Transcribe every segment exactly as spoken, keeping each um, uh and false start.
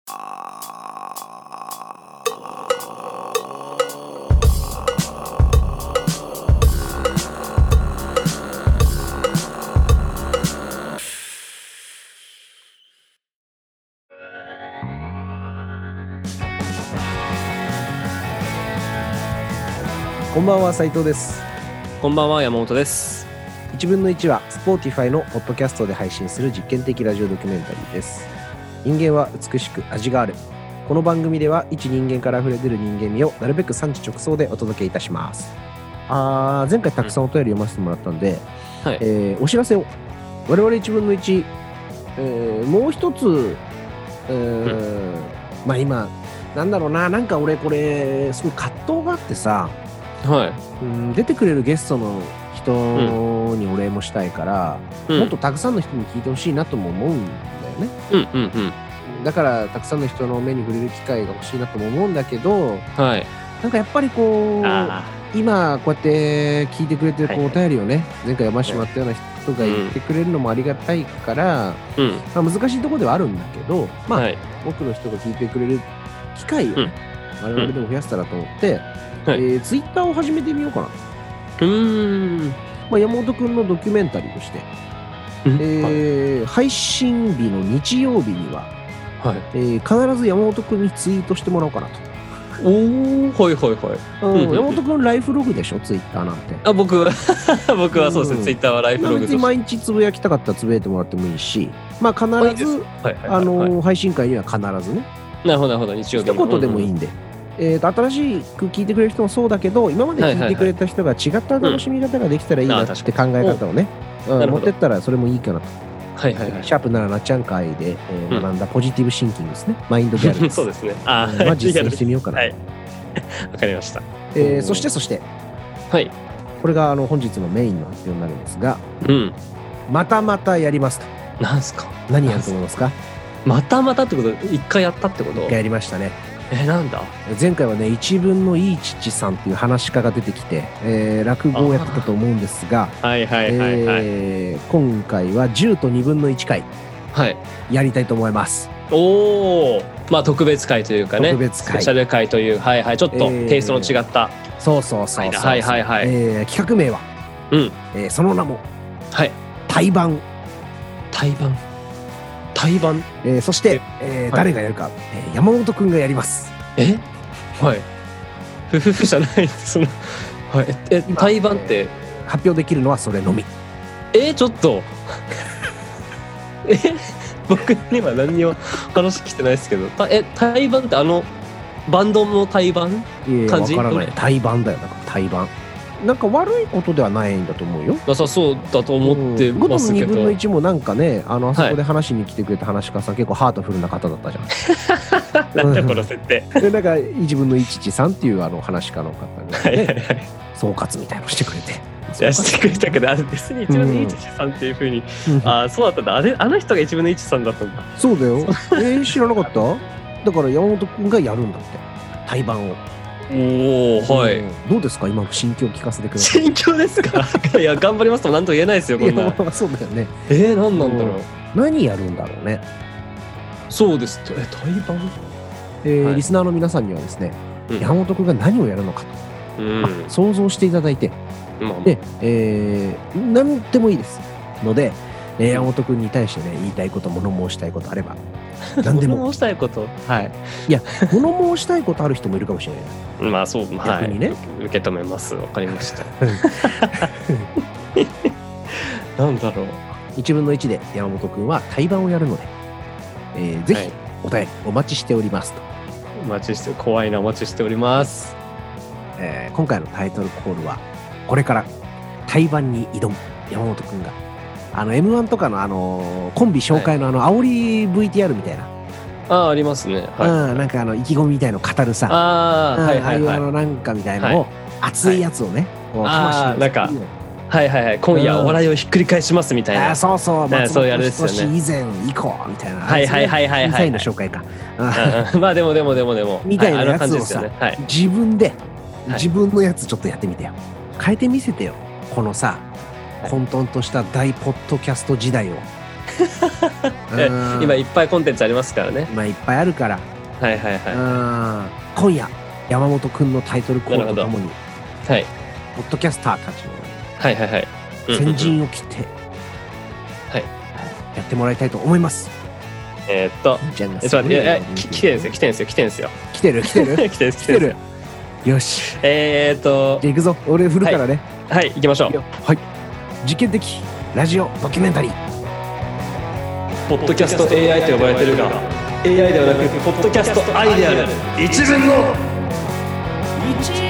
こんばんは、斉藤です。 こんばんは、山本です。 いちぶんのいちは Spotify のポッドキャストで配信する実験的ラジオドキュメンタリーです。人間は美しく味がある。この番組では一人間から溢れ出る人間味をなるべく産地直送でお届けいたします。あ前回たくさんお便り読ませてもらったんで、うんはいえー、お知らせを。我々いちぶんのいち、えー、もう一つ、えーうん、まあ今なんだろうな、なんか俺これすごい葛藤があってさ、はいうん、出てくれるゲストの人にお礼もしたいから、うん、もっとたくさんの人に聞いてほしいなとも思うんだよね、うんうんうん、だからたくさんの人の目に触れる機会が欲しいなとも思うんだけど、はい、なんかやっぱりこう今こうやって聞いてくれてるこうお便りをね、はいはい、前回読ませてもらったような人が言ってくれるのもありがたいから、うんまあ、難しいところではあるんだけど、まあはい、多くの人が聞いてくれる機会を、ねうん、我々でも増やせたらと思って、はいえー、ツイッターを始めてみようかな。うーん、まあ、山本くんのドキュメンタリーとして、えーはい、配信日の日曜日には、はいえー、必ず山本くんにツイートしてもらおうかなと。 おーはいはいはい、 うん、山本くんライフログでしょツイッターなんて。 あ僕は僕はそうですね、うん、ツイッターはライフログとして毎日つぶやきたかったらつぶやいてもらってもいいし、まあ必ずあの配信会には必ずね。 なるほどなるほど、日曜日一言でもいいんで、うんえー、と新しく聞いてくれる人もそうだけど、今まで聞いてくれた人が違った楽しみ方ができたらいいなって考え方をね、うん、持ってったらそれもいいかなと。はいはいはい、シャープなななちゃん会で、えー、学んだポジティブシンキングですね、うん、マインドギャルですそうですね、あ、 まあ、実践してみようかな。 はい、わかりました。 えー、そしてそして、はい、これがあの本日のメインの発表になるんですが、うん、またまたやりますと。 なんすか？ 何やると思いますか？ またまたってこと？一回やったってこと？ 一回やりましたね。 えー、なんだ前回はね、一分のいい父さんっていう話し家が出てきて、えー、落語をやってたと思うんですが、はいはいはいはい、えー、今回はじゅうとにぶんのいち回やりたいと思います。 おお、まあ特別回というかね、 特別回スペシャル回という、はいはい、ちょっとテイストの違った、 えー、そうそうそうそう、 はいはいはい、 えー、企画名は、うんえー、その名も、はい、対バン。 対バン対バン、 えー、そして、えーはい、誰がやるか、えー、山本くんがやります。 えはいふふふじゃないその、はい、え対バンって、えー、 発表できるのはそれのみ。 えー、ちょっとえ僕には何にも話来てないですけど、え対バンってあのバンドの対バン感じ？ いや、わからない。対バンだよ。だから対バンなんか悪いことではないんだと思うよ。 なさそうだと思ってますけど、うん、ごとのにぶんのいちもなんかね、あのあそこで話しに来てくれた話し家さん、はい、結構ハートフルな方だったじゃんなんだこの設定でなんかいちぶんのいちさんっていうあの話し家の方が、ねはいはいはい、総括みたいなのしてくれて、 いやしてくれたけど、あれ別にいちぶんのいちさんっていう風に、うん、あそうだったんだ、あれあの人がいちぶんのいちさんだったんだ。 そうだよえー、知らなかっただから山本くんがやるんだって対バンを。 おーはい、 どうですか今の心境聞かせてください。 心境ですかいや頑張りますとも何とも言えないですよこんな。 そうだよね。 えー、何なんだろう、 何やるんだろうね。 そうですえ対バン、 えーはい、リスナーの皆さんにはですね、うん、山本くんが何をやるのかと、うん、想像していただいて、うん、で、えー、何でもいいですので、えー、山本くんに対してね言いたいこと物申したいことあれば何でも物申したいこと、はい、 いや物申したいことある人もいるかもしれないまあそう、 逆にね、はい、 受け止めます。わかりましたなんだろう、 いちぶんのいちで山本くんは対バンをやるので、えー、ぜひお便りお待ちしておりますと。 お待ちして怖いなお待ちしております、 えー、今回のタイトルコールはこれから対バンに挑む山本くんがあの エムワン とかのあのコンビ紹介のあの煽り ブイティーアール みたいな、 ああありますね、 はい、うん、なんかあの意気込みみたいの語るさ、 あ、うん、はいはいはい、 ああいうあのなんかみたいのを、はい、熱いやつをね、こうああなんかはいはいはい、今夜お笑いをひっくり返しますみたいな、 うん、あそうそう松本人志以前以降みたいな、 はいはいはいはいはい、 の紹介かまあでもでもでもでもみたいなやつをさ、はい、自分で自分のやつちょっとやってみてよ、変えてみせてよこのさ混沌とした大ポッドキャスト時代を今いっぱいコンテンツありますからね。 今いっぱいあるから。 はいはいはい。今夜山本くんのタイトルコールとともに、 はい、 ポッドキャスターたちのはいはいはい先陣を切って、 はい、 やってもらいたいと思います。 えー、っと、 じゃあ、 え、ちょっと待って、いや、来てるんですよ、来てるんですよ、来てるんですよ。 来てる、来てる、 来てる、 来てる。よし。 えー、っと、 じゃあ行くぞ。俺振るからね。 はい、はい、行きましょう。 はい。実験的ラジオドキュメンタリー。 ポッドキャスト エーアイ と呼ばれてるが、エーアイ ではなく、ポッドキャスト愛である。一分の一。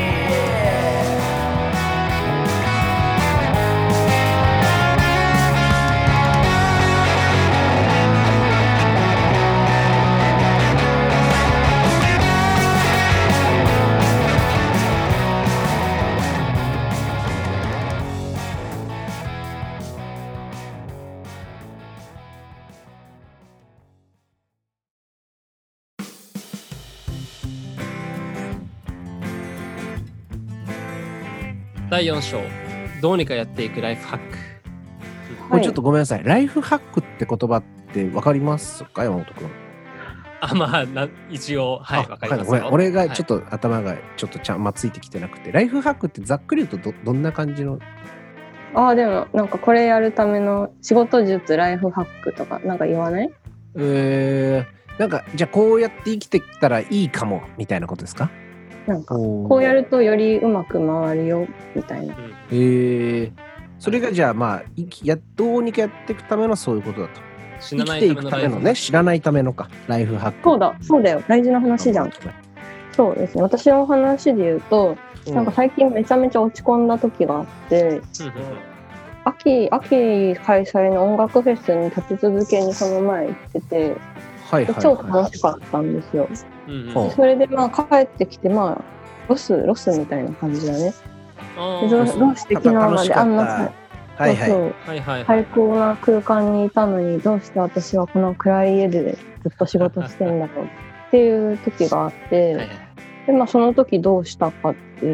だいよん章、どうにかやっていくライフハック。 これちょっとごめんなさい、ライフハックって言葉って分かりますか、山本君。 あ、まあな一応はい分かりますよ。 ごめん、俺がちょっと頭がちょっとちゃんまついてきてなくて、ライフハックってざっくり言うと ど, どんな感じの。 ああ、でもなんかこれやるための仕事術ライフハックとかなんか言わない？ えー、なんかじゃあこうやって生きてきたらいいかもみたいなことですか？ なんかこうやるとよりうまく回るよみたいな。 えー、それがじゃあまあやどうにかやっていくためのそういうことだと。 死なない生きていくためのね、知らないためのかライフハック。 そうだそうだよ、大事な話じゃん。そうですね、私の話で言うと、うん、なんか最近めちゃめちゃ落ち込んだ時があって、うん、秋秋開催の音楽フェスに立て続けにその前行ってて、はいはいはい、超楽しかったんですよ。うんうん、それでまあ帰ってきて、まあロスロスみたいな感じだね。ど, どうして昨日まであんなはいはいそうそう最高な空間にいたのに、どうして私はこの暗い家でずっと仕事してんだろうっていう時があって、はいはい、でまあその時どうしたかって、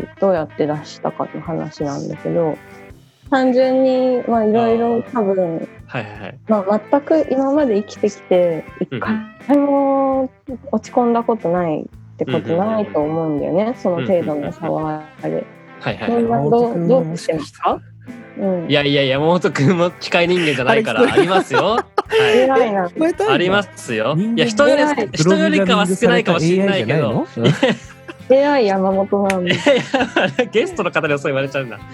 どうやって出したかの話なんだけど、単純にまあいろいろ多分、はいはいまあ、全く今まで生きてきて一回も落ち込んだことないってことないと思うんだよね、うんうん、その程度の差はある。はいはいはい、どうどうしてますか？うん、いやいや山本くんも機械人間じゃないからありますよ。はい、ありますよ。いや人より人よりかは少ないかもしれないけど。 エーアイ 山本なんで。 ゲストの方にはそう言われちゃうんだ。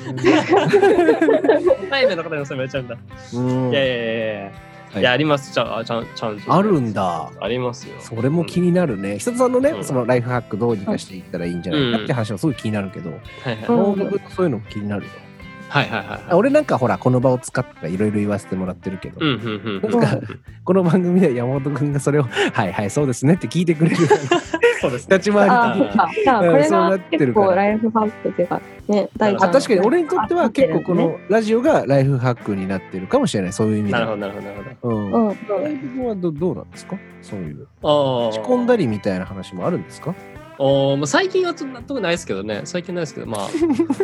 対面の方にはそう言われちゃうんだ。いやいやいやいや。いやありますちゃんちゃんちゃんとあるんだ。 ありますよ。 それも気になるね。久田さんのね、うん、そのライフハックどうにかしていったらいいんじゃないかって話はすごい気になるけど、もう僕そういうのも気になるよ。はいはいはい、俺なんかほらこの場を使っていろいろ言わせてもらってるけど、この番組で山本くんがそれをはいはいそうですねって聞いてくれるそうです立ち回りあじゃあこれが結構ライフハックっていうかね、 あ確かに俺にとっては結構このラジオがライフハックになってるかもしれない、そういう意味で。 なるほどなるほどなるほど。うん。 うん。うん、は ど, どうなんですか？そういう落ち込んだりみたいな話もあるんですか？ おもう最近はちょっと納得ないですけどね。最近ないですけど、まあ、うん、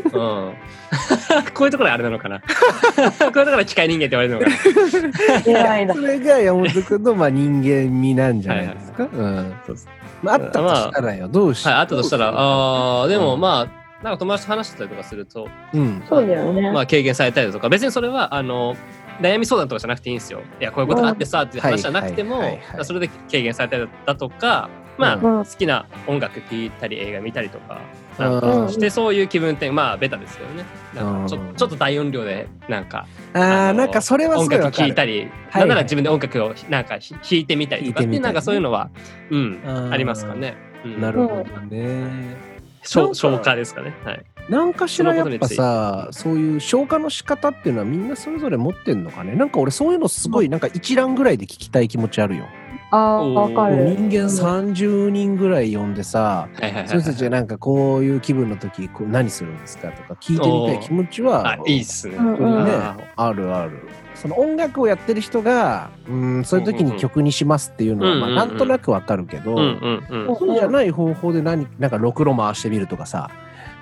こういうところあれなのかな。こういうところ機械人間って言われるのかな。 それが山本君のまあ人間味なんじゃないですか。はいはいはい、うん。そうです。まああったとしたらよ、どうしよう。 はい、あったとしたら、ああでもまあなんか友達と話してたりとかすると、 うん、そうだよね。 まあ経験されたりとか、別にそれはあの。悩み相談とかじゃなくていいんですよ。いやこういうことがあってさっていう話じゃなくても、それで軽減されたりだとか、まあ、うん、好きな音楽聴いたり映画見たりとか、なんかしてそういう気分転まあベタですけどね。なんかちょ、ちょっと大音量でなんかああなんかそれは音楽聴いたり、なんなら自分で音楽をなんか弾いてみたりとかってなんかそういうのはうんありますかね。 うん、なるほどね。 消化ですかね。はい。 なんかしらやっぱさ、そういう消化の仕方っていうのはみんなそれぞれ持ってんのかね。なんか俺そういうのすごいなんか一覧ぐらいで聞きたい気持ちあるよ。 ああわかる。 人間さんじゅうにんぐらい呼んでさ、その人たちがなんかこういう気分の時こう何するんですかとか聞いてみたい気持ちはあいいっすね。 本当にね、あるある。その音楽をやってる人がうんそういう時に曲にしますっていうのはまあなんとなくわかるけど、そうじゃない方法で何なんかろくろ回してみるとかさ。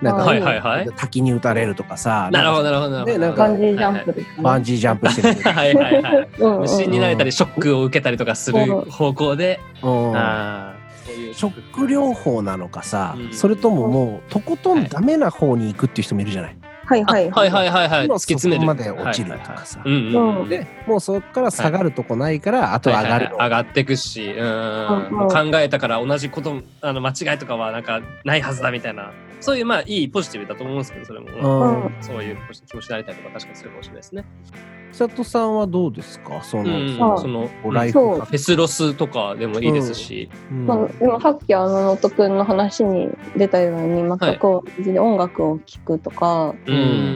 なんか、 はいはいはい、 滝に打たれるとかさ、 なるほどなるほど、 でなんかバンジージャンプですね、 バンジージャンプしてるはいはいはい、虫になれたりショックを受けたりとかする方向で、 うん、あそういうショック療法なのかさ、うん、それとももうとことんダメな方に行くっていう人もいるじゃない。 はいはいはいはいはいはい、 突き詰めるまで落ちるとかさ、でもうそこから下がるとこないから、はい、あと上がるの、 はいはいはい、上がってくし、うん、うん、考えたから同じことあの間違いとかはなんかないはずだみたいな、そういうまあいいポジティブだと思うんですけど、それも、うん、そういう気持ちになりたいとか確かにするかもしれないですね。 千里さんはどうですか、その、うん、 そのライフフェスロスとかでもいいですし、 うんうん、まあ、でもさっきあのノートくんの話に出たように全く同じで音楽を聴くとか、うん、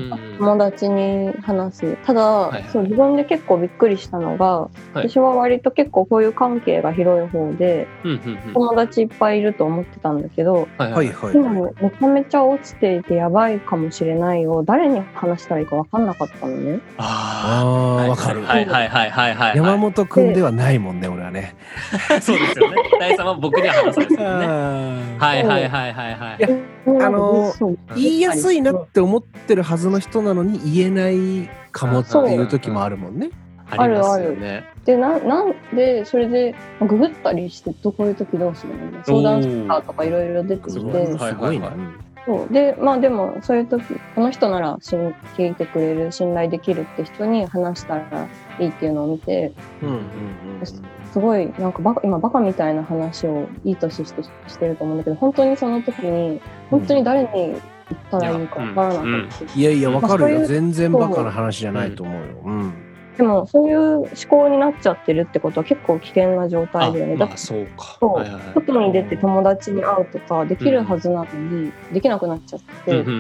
友達に話す。ただ、はいはい、そう自分で結構びっくりしたのが、はい、私は割と結構こういう関係が広い方で、うんうんうん、友達いっぱいいると思ってたんだけど、はいはいはい、今めちゃめちゃ落ちていてやばいかもしれないを誰に話したらいいか分かんなかったのね。 ああわかる。 はいはいはいはいはい。 山本くんではないもんね、俺はね。 そうですよね。大さんは僕には話さないですよね。はいはいはいはいはい。いや、 あの言いやすいなって思ってるはずの人なのに言えないかもっていう時もあるもんね。 あるある。でななんでそれでググったりしてどこいう時どうするの？相談したとかいろいろ出てきて、すごいな。 そうでまあでもそういう時この人なら聞いてくれる信頼できるって人に話したらいいっていうのを見て、うんうんうんうん、すごいなんかバカ今バカみたいな話をいい年してしてると思うんだけど、本当にその時に本当に誰に言ったらいいか分からなかった、うんうん、 いやいや分かるよ、まあ、全然バカな話じゃないと思うよ、うんうん、 でもそういう思考になっちゃってるってことは結構危険な状態だよね。だってそうか、 そう、はいはい、外に出て友達に会うとかできるはずなのにできなくなっちゃって、うん、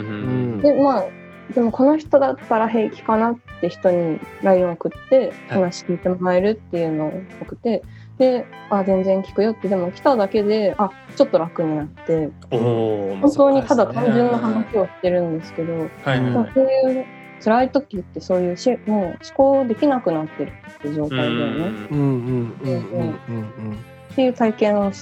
でまあでもこの人だったら平気かなって人に ライン を送って話聞いてもらえるっていうのを送って、はい、であ全然聞くよってでも来ただけであちょっと楽になって、本当にただ単純な話をしてるんですけど、はい、そういう辛い時ってそういうしもう思考できなくなってるって状態だよね。っていう体験をして、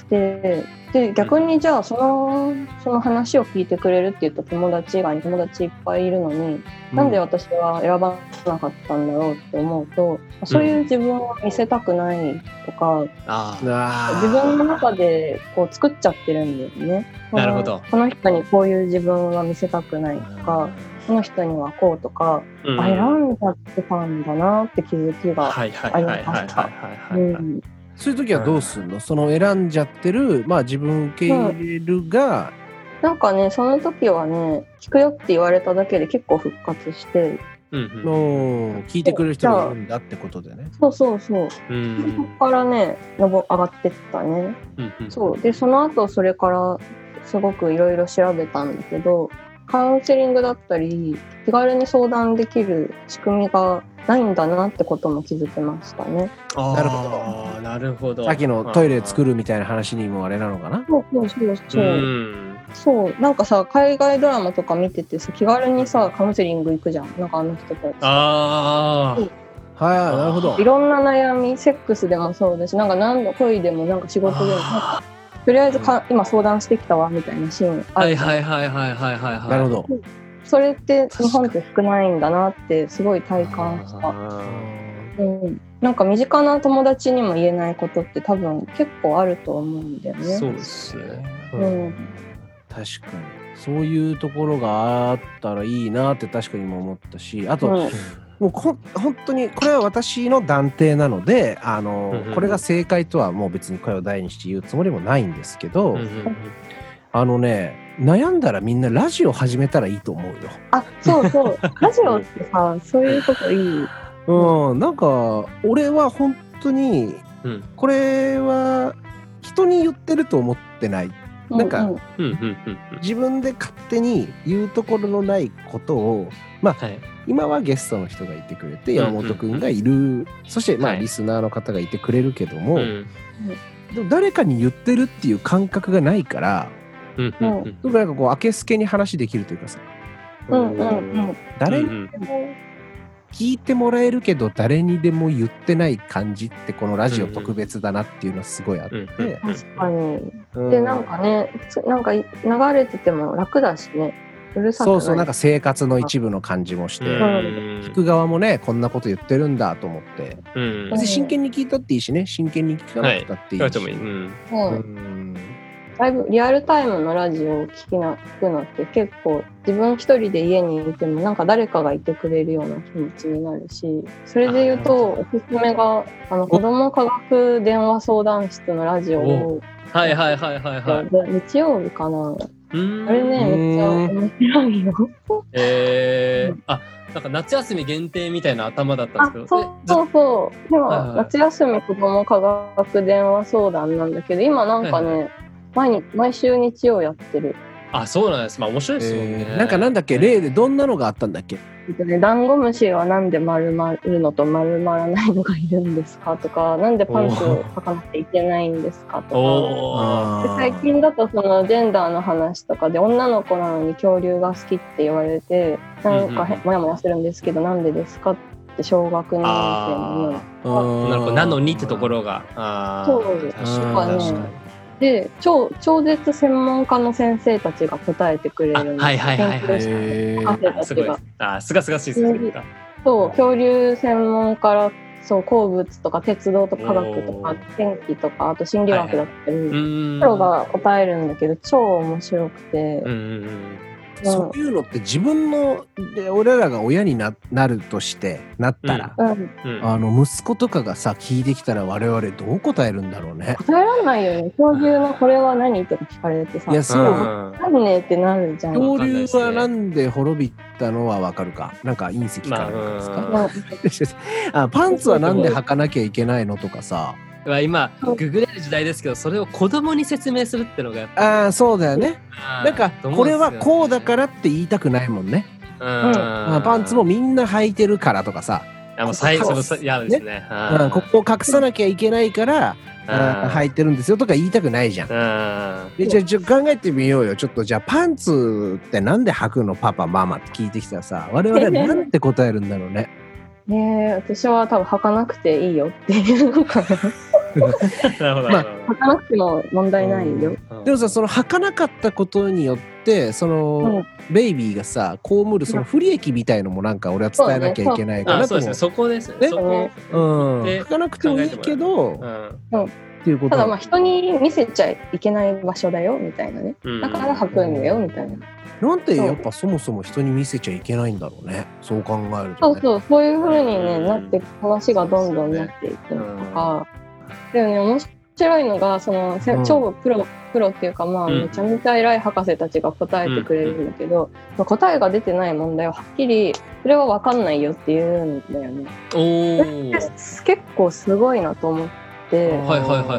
で逆にじゃあそのその話を聞いてくれるって言った友達以外に友達いっぱいいるのに、うん、なんで私は選ばなかったんだろうって思うと、そういう自分を見せたくないとか、うん、あ自分の中でこう作っちゃってるんだよね。 なるほど。 この人にこういう自分は見せたくないとか、この人にはこうとか、うん、あ選んじゃってたんだなって気づきがありました。 そういう時はどうするの？その選んじゃってる、まあ自分受け入れるが、 うん、なんかねその時はね聞くよって言われただけで結構復活して、 うんうん、聞いてくれる人がいるんだってことでね。 そうそうそう。うん、そこからね上がってったね。うんうん、そうでその後それからすごくいろいろ調べたんだけど、カウンセリングだったり気軽に相談できる仕組みがないんだなってことも気づきましたね。 あなるほど。 なるほど。 さっきのトイレ作るみたいな話にもあれなのかな。 そうそうそうそう。うんそうなんかさ海外ドラマとか見ててさ気軽にさカウンセリング行くじゃん。なんかあの人たち。 ああ。はいなるほど。 いろんな悩みセックスでもそうだし、なんか何の恋でもなんか仕事でもとりあえずか今相談してきたわみたいなシーンある。 はいはいはいはいはいはいはい。 なるほど。 それって日本って少ないんだなってすごい体感した。うん、なんか身近な友達にも言えないことって多分結構あると思うんだよね。 そうですね。 うん、確かにそういうところがあったらいいなって確かにも思ったし、あと、うん、もうほ本当にこれは私の断定なので、あの、うんうん、これが正解とはもう別に声を大にして言うつもりもないんですけど、うんうん、あのね悩んだらみんなラジオ始めたらいいと思うよ。 あ、そうそうラジオってさそういうこといい。 うん、なんか俺は本当にこれは人に言ってると思ってない。なんか自分で勝手に言うところのないことをまあ、はい、今はゲストの人がいてくれて山本くんがいる、うんうんうん、そしてまあリスナーの方がいてくれるけども、はい、でも誰かに言ってるっていう感覚がないから、うんうんうん、なんかこうあけすけに話できるというかさ、うんうんうん、誰にでも聞いてもらえるけど誰にでも言ってない感じってこのラジオ特別だなっていうのはすごいあって、うんうん、 確かに、うん、でなんかねなんか流れてても楽だしね。 うるさくない。 そうそう、なんか生活の一部の感じもして、聞く側もねこんなこと言ってるんだと思って、うん、別に真剣に聞いたっていいしね、真剣に聞かなくたっていいし、はい、うん、 うんだいぶリアルタイムのラジオを聞きな聞くのって結構自分一人で家にいてもなんか誰かがいてくれるような気持ちになるし、それで言うとおすすめがあの子ども科学電話相談室のラジオをはいはいはいはいはい。 日曜日かな。あれねめっちゃ面白いよ。 えー、あなんか夏休み限定みたいな頭だったんですけど。 そうそうそう。でも、はいはい、夏休み子ども科学電話相談なんだけど今なんかね、はいはい、毎, 毎週日曜やってる。 あ、そうなんです。まあ面白いですよね。 えー、なんかなんだっけ、例でどんなのがあったんだっけ。 えっとね、ダンゴムシはなんで丸まるのと丸まらないのがいるんですかとか、なんでパンツを履かなくていけないんですかとか。で最近だとそのジェンダーの話とかで女の子なのに恐竜が好きって言われてなんかモヤモヤするんですけど、なんでですかって小学にねん生のなるほどなのにってところが。あそうですね。で 超, 超絶専門家の先生たちが答えてくれるんです。 はいはいはいはい。すごい。あ、すがすがしいですね。 そう恐竜専門からそう鉱物とか鉄道とか科学とか天気とかあと心理学だったり、プロが答えるんだけど超面白くて。うんうんそういうのって自分ので俺らが親に な, なるとしてなったら、うん、あの息子とかがさ聞いてきたら我々どう答えるんだろうね。 答えられないよね。恐竜のこれは何とか聞かれてさ、いやそうなんねってなるじゃん。 恐竜はなんで滅びたのはわかるか。なんか隕石からですか、まあ、あパンツはなんで履かなきゃいけないのとかさ。 今ググれる時代ですけどそれを子供に説明するってのがやっぱああそうだよね。なんかこれはこうだからって言いたくないもんね。うん、あパンツもみんな履いてるからとかさ。 あもう最初のやですね。 うん、ここを隠さなきゃいけないから履いてるんですよとか言いたくないじゃん。でじゃあちょ考えてみようよ。ちょっとじゃあパンツってなんで履くのパパママって聞いてきたらさ我々はなんて答えるんだろうね。 ねえ私は多分履かなくていいよっていうのかな。まあ、履かなくても問題ないよ。 でもさその履かなかったことによってその、うん、ベイビーがさ被るその不利益みたいのもなんか俺は伝えなきゃいけないかなと思う。 そこですね。そこ、 うん、履かなくてもいいけど、うんうん、っていうことただまあ人に見せちゃいけない場所だよみたいなね。だから履くんだよみたいな。 なんでやっぱそもそも人に見せちゃいけないんだろうね。そう考えると、ね、そうそうそういう風に、ね、なって話がどんどんなっていくのとか。でもね面白いのがその、うん、超プロプロっていうかまあ、うん、めちゃめちゃ偉い博士たちが答えてくれるんだけど、うん、答えが出てない問題ははっきりそれは分かんないよって言うんだよね。お結構すごいなと思って、はいはいはいはい、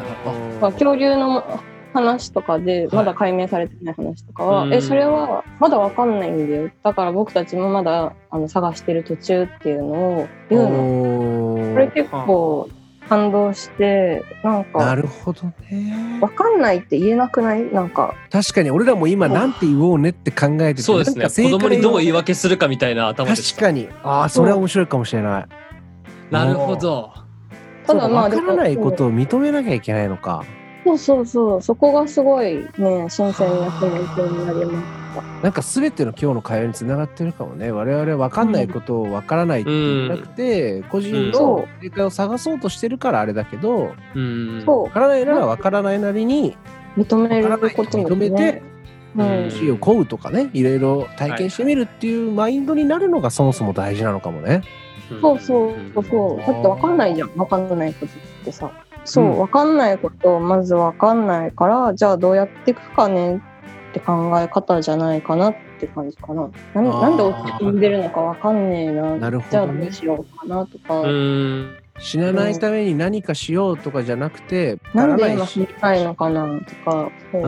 まあ、恐竜の話とかでまだ解明されてない話とかは、はい、えそれはまだ分かんないんだよだから僕たちもまだあの探してる途中っていうのを言うの。これ結構感動してなんかなるほどね。 分かんないって言えなくない？なんか確かに俺らも今なんて言おうねって考えてて、 そうですね。子供にどう言い訳するかみたいな頭でした。 確かにああそれは面白いかもしれない。 なるほど。 ただまあ分からないことを認めなきゃいけないのか。 そうそうそうそこがすごいね新鮮なコメントになりました。 なんか全ての今日の会話につながってるかもね。我々は分かんないことを分からないって言ってなくて、うん、個人の正解を探そうとしてるからあれだけど、うん、分からないなら分からないなりに認めること認めて死を請うとかねいろいろ体験してみるっていうマインドになるのがそもそも大事なのかもね。 そうそうそうそうだって分かんないじゃん分かんないことってさ。そう、うん、分かんないことをまず分かんないからじゃあどうやっていくかねって考え方じゃないかなって感じかな。 な, なんで落ち込んでるのか分かんねえ な, なるほど、ね、じゃあどうしようかなとか。うーん死なないために何かしようとかじゃなくて、 うん、なんで今死にたいのかなとか。そう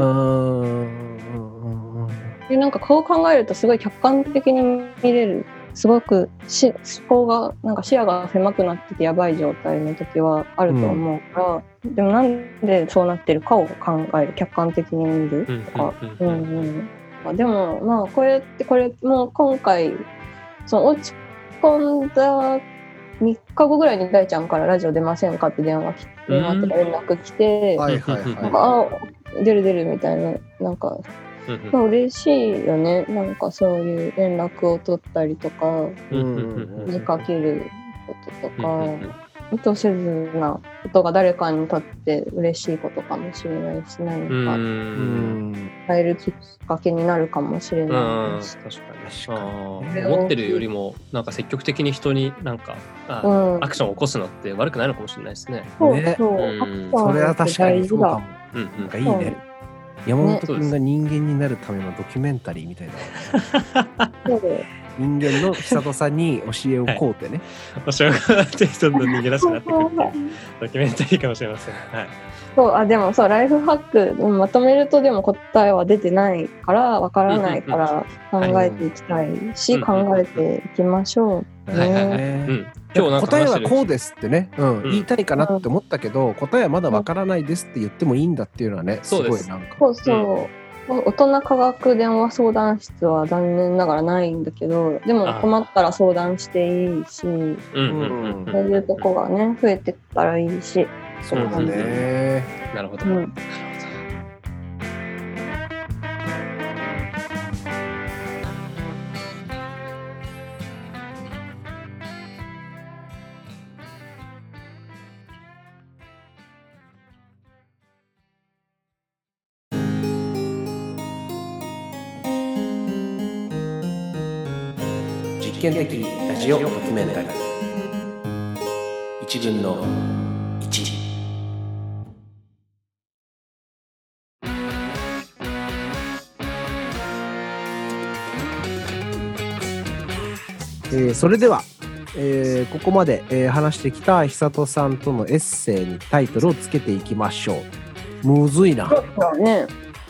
うんでなんかこう考えるとすごい客観的に見れる。すごくし思考がなんか視野が狭くなっててやばい状態の時はあると思うから、うん、でもなんでそうなってるかを考える客観的に見るとか、うんうんうん、でもまあこれってこれもう今回その落ち込んだみっかごぐらいに大ちゃんからラジオ出ませんかって電話来て、電話とか連絡来て、なんかあ出る出るみたいななんかまあ、嬉しいよね。なんかそういう連絡を取ったりとか、見かけることとか、意図せずなことが誰かにとって嬉しいことかもしれないし、何か変えるきっかけになるかもしれないし。 確かに。思ってるよりもなんか積極的に人になんかあ、うん、アクションを起こすのって悪くないのかもしれないですね。 そうそう、 うん、それは確かにそうかも。うん、なんかいいね。山本君が人間になるためのドキュメンタリーみたいな、ね。人間の久人さんに教えをこうてね。 はい、教えをこうてどんどん人間らしくなってくるドキュメンタリーかもしれません。はい。 そうあでもそうライフハックまとめるとでも答えは出てないからわからないから考えていきたいし、うんうん、考えていきましょう、ね。はいはいはい。うん、 今日なんか答えはこうですってね、うんうん、言いたいかなって思ったけど、うん、答えはまだわからないですって言ってもいいんだっていうのはね、すごいなんか。 そうそう。うん、大人科学電話相談室は残念ながらないんだけど、でも困ったら相談していいし、そういうとこがね増えてったらいいし。 そうですね。 なるほど。うん、 実験的ラジオドキュメンタリー一分の一。えー、それでは、えー、ここまで、えー、話してきた久人さんとのエッセイにタイトルをつけていきましょう。むずいな。 そうね。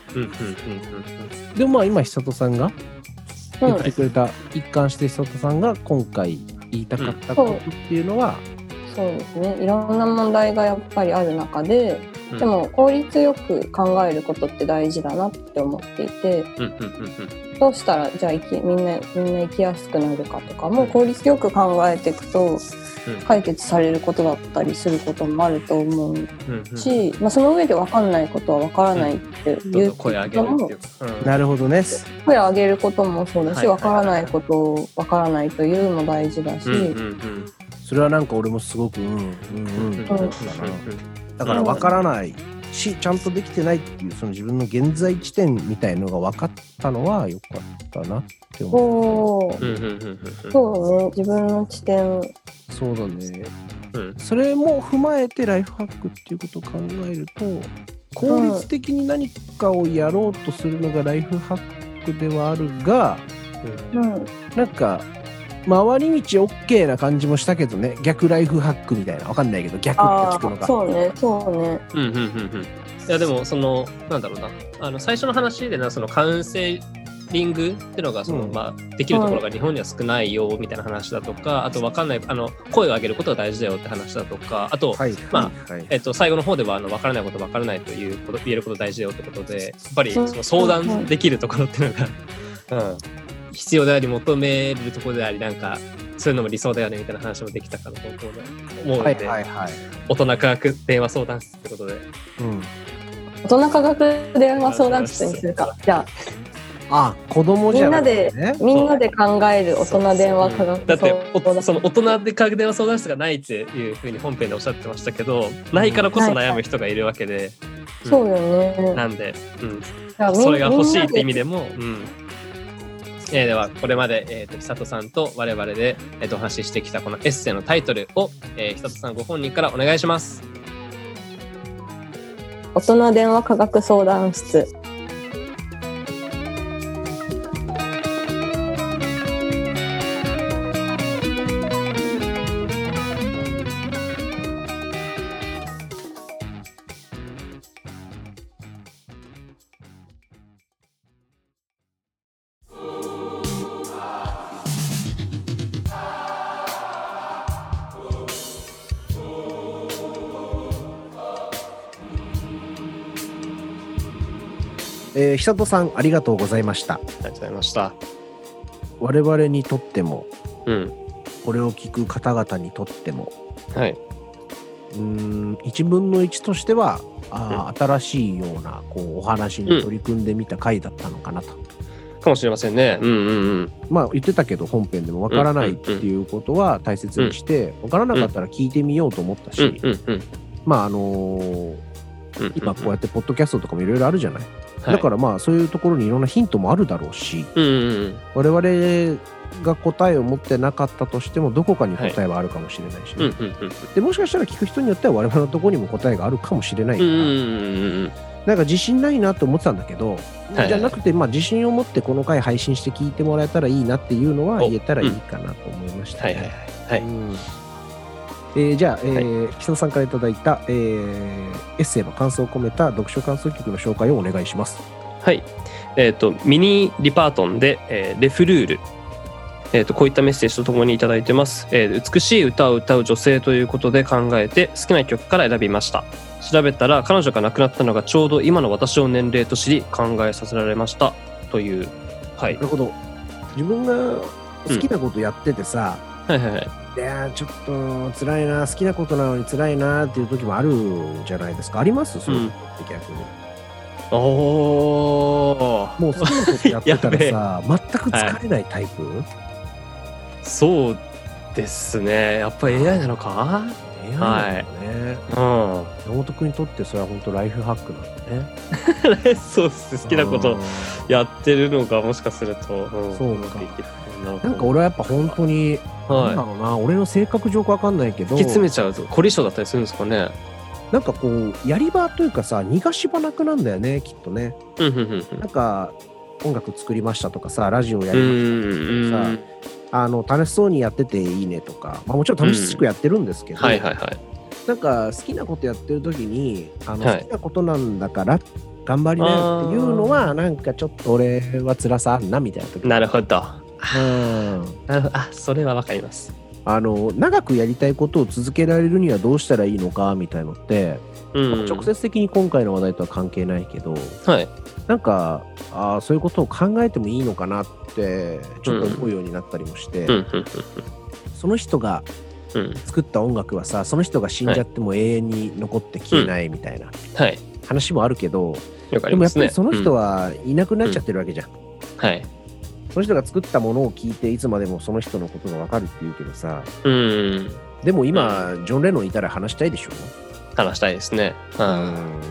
でもまあ今久人さんが言ってくれた、うん、一貫して久人さんが今回言いたかったことっていうのは、 うん、そうですね。いろんな問題がやっぱりある中で、うん、でも効率よく考えることって大事だなって思っていて、どうしたらじゃあ生きみんなみんな生きやすくなるかとかも効率よく考えていくと解決されることだったりすることもあると思うし、まあ、その上で分かんないことは分からないっていうことも、 なるほどね。 声を上げることもそうだし、分からないことを分からないというのも大事だし、 それはなんか俺もすごくうんうんうんと思ったな。だから分からないし、ちゃんとできてないっていうその自分の現在地点みたいのが分かったのは良かったなって思う。 そうね、自分の地点。 そうだね、うん、それも踏まえてライフハックっていうことを考えると、効率的に何かをやろうとするのがライフハックではあるが、うん、なんか回り道 OK な感じもしたけどね。逆ライフハックみたいな、わかんないけど逆って聞くのが。 そうねそうね。 うんうんうんうん。いやでもそのなんだろうな、あの最初の話でな、そのカウンセリングっていうのがその、うん、まあできるところが日本には少ないよみたいな話だとか、あとわかんないあの声を上げることが大事だよって話だとか、あと、はいまあ、はい、えっと最後の方ではあのわからないことわからないということ言えること大事だよってことで、やっぱりその相談できるところっていうのが、うん。必要であり求めるところであり、なんかそういうのも理想だよねみたいな話もできたかなと思うので、はいはいはい、大人科学電話相談室ってことで、うん、 大人科学電話相談室にするか。じゃあ、あ子供じゃなくて、 ね、みんなでみんなで考える大人電話科学相談室。 だってその大人で科学電話相談室がないっていうふうに本編でおっしゃってましたけど、ないからこそ悩む人がいるわけで、はいはいうん、そうよね。 なんで、うん、それが欲しいって意味でも、うんえー、ではこれまで、えー、と久人さんと我々で、えー、とお話ししてきたこのエッセイのタイトルを、えー、久人さんご本人からお願いします。 大人電話科学相談室。 えー、久人さんありがとうございました。 ありがとうございました。 我々にとっても、 うん、 これを聞く方々にとっても、 はい、 うーんいちぶんのいちとしてはあ、うん、新しいようなこうお話に取り組んでみた回だったのかなと、 うん、かもしれませんね。うんうんうん。 まあ言ってたけど本編でもわからないっていうことは大切にして、わからなかったら聞いてみようと思ったし、うんうんうん、まああのー、今こうやってポッドキャストとかもいろいろあるじゃない、はい、だからまあそういうところにいろんなヒントもあるだろうし、うんうんうん、我々が答えを持ってなかったとしてもどこかに答えはあるかもしれないし、ね、はい、うんうんうん、でもしかしたら聞く人によっては我々のところにも答えがあるかもしれないから、うんうんうん、なんか自信ないなと思ってたんだけど、はいはい、じゃなくてまあ自信を持ってこの回配信して聞いてもらえたらいいなっていうのは言えたらいいかなと思いましたね。はいはいはい、はい、うん、えー、じゃあ、えーはい、木曽さんからいただいた、えー、エッセイの感想を込めた読書感想曲の紹介をお願いします。 はい、えーと、ミニリパートンで、えー、レフルール、えーと、こういったメッセージとともにいただいてます、えー、美しい歌を歌う女性ということで考えて好きな曲から選びました。調べたら彼女が亡くなったのがちょうど今の私の年齢と知り考えさせられましたという、はい、 なるほど。自分が好きなことやっててさ、うん、はいはいはい、いやちょっと辛いな、好きなことなのに辛いなっていう時もあるんじゃないですか。あります？そういうことって逆に。うん、おー、もう好きなことやってたらさ全く疲れないタイプ？はい、 そうですね。やっぱり エーアイ なのか？ エーアイ なのね。はい、うん。山本君にとってそれは本当ライフハックなんだね。 そうっす。好きなことやってるのがもしかすると、うん、 そうか。なんか俺はやっぱ本当に、はい、なんだろうな、俺の性格上わかんないけど、 突き詰めちゃうと凝り性だったりするんですかね。 なんかこうやり場というかさ、逃がし場なくなんだよね、きっとね。なんか音楽作りましたとかさ、ラジオやりましたとかさ、あの楽しそうにやってていいねとか、まあ、もちろん楽しくやってるんですけど、はいはいはい、なんか好きなことやってる時にあの、はい、好きなことなんだから頑張りなよっていうのはなんかちょっと俺は辛さあんなみたいな時。 なるほど。うん、なるほど。あ、それはわかります。 あの長くやりたいことを続けられるにはどうしたらいいのかみたいのって、うん、直接的に今回の話題とは関係ないけど、はい、なんかあそういうことを考えてもいいのかなってちょっと思うようになったりもして、うん、その人が作った音楽はさ、その人が死んじゃっても永遠に残って消えないみたいな話もあるけど、はい、でもやっぱりその人はいなくなっちゃってるわけじゃん、うんうん、はい、その人が作ったものを聞いていつまでもその人のことが分かるっていうけどさ、うん、でも今、うん、ジョン・レノンいたら話したいでしょ。 話したいですね、 うん、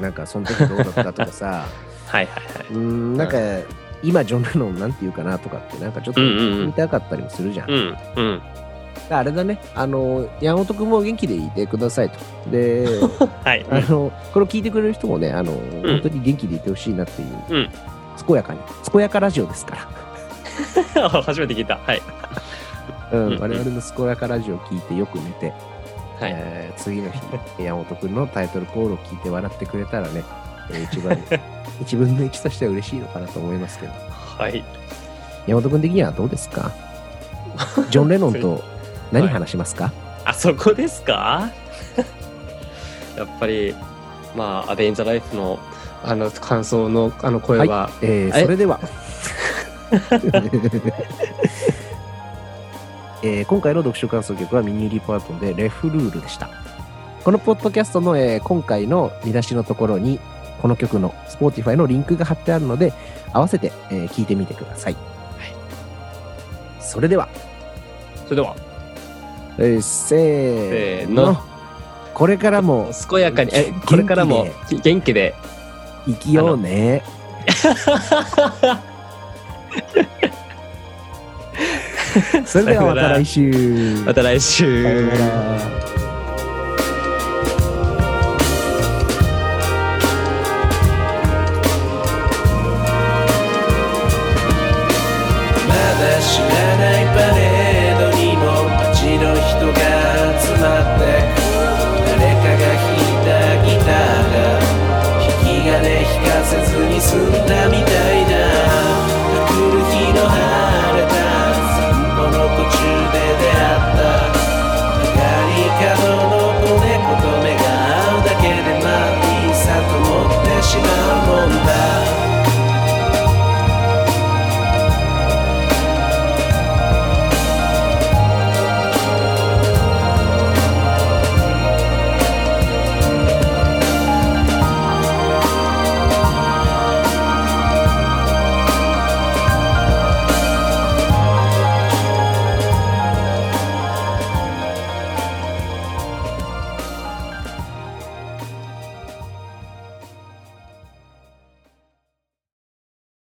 なんかその時どうだったとかさはいはいはい、うん、なんか、うん、今ジョン・レノンなんて言うかなとかってなんかちょっと見たかったりもするじゃん、うんうん、あれだね、あの山本君も元気でいてくださいと。で、はい、あのこれを聞いてくれる人もね、あの、うん、本当に元気でいてほしいなっていう、うん、健やかに健やかラジオですから初めて聞いた。はい、 うん、我々の健やかラジオを聞いてよく寝て、はい、えー、次の日山本君のタイトルコールを聞いて笑ってくれたらね、一番一分の一としては嬉しいのかなと思いますけど。はい。山本君的にはどうですか？ジョン・レノンと何話しますか？はい、 あそこですか？やっぱりまあアベイン・ザ・ライフのあの感想のあの声は、はい、 えー、それでは。えー、今回の読書感想曲はミニリパートンでレフルールでした。このポッドキャストの、えー、今回の見出しのところにこの曲の Spotify のリンクが貼ってあるので合わせて、えー、聞いてみてください。はい、それではそれでは、 えー、せーの、これからも健やかにえこれからも元気で生きようね。それではまた来週。 また来週。 さよなら。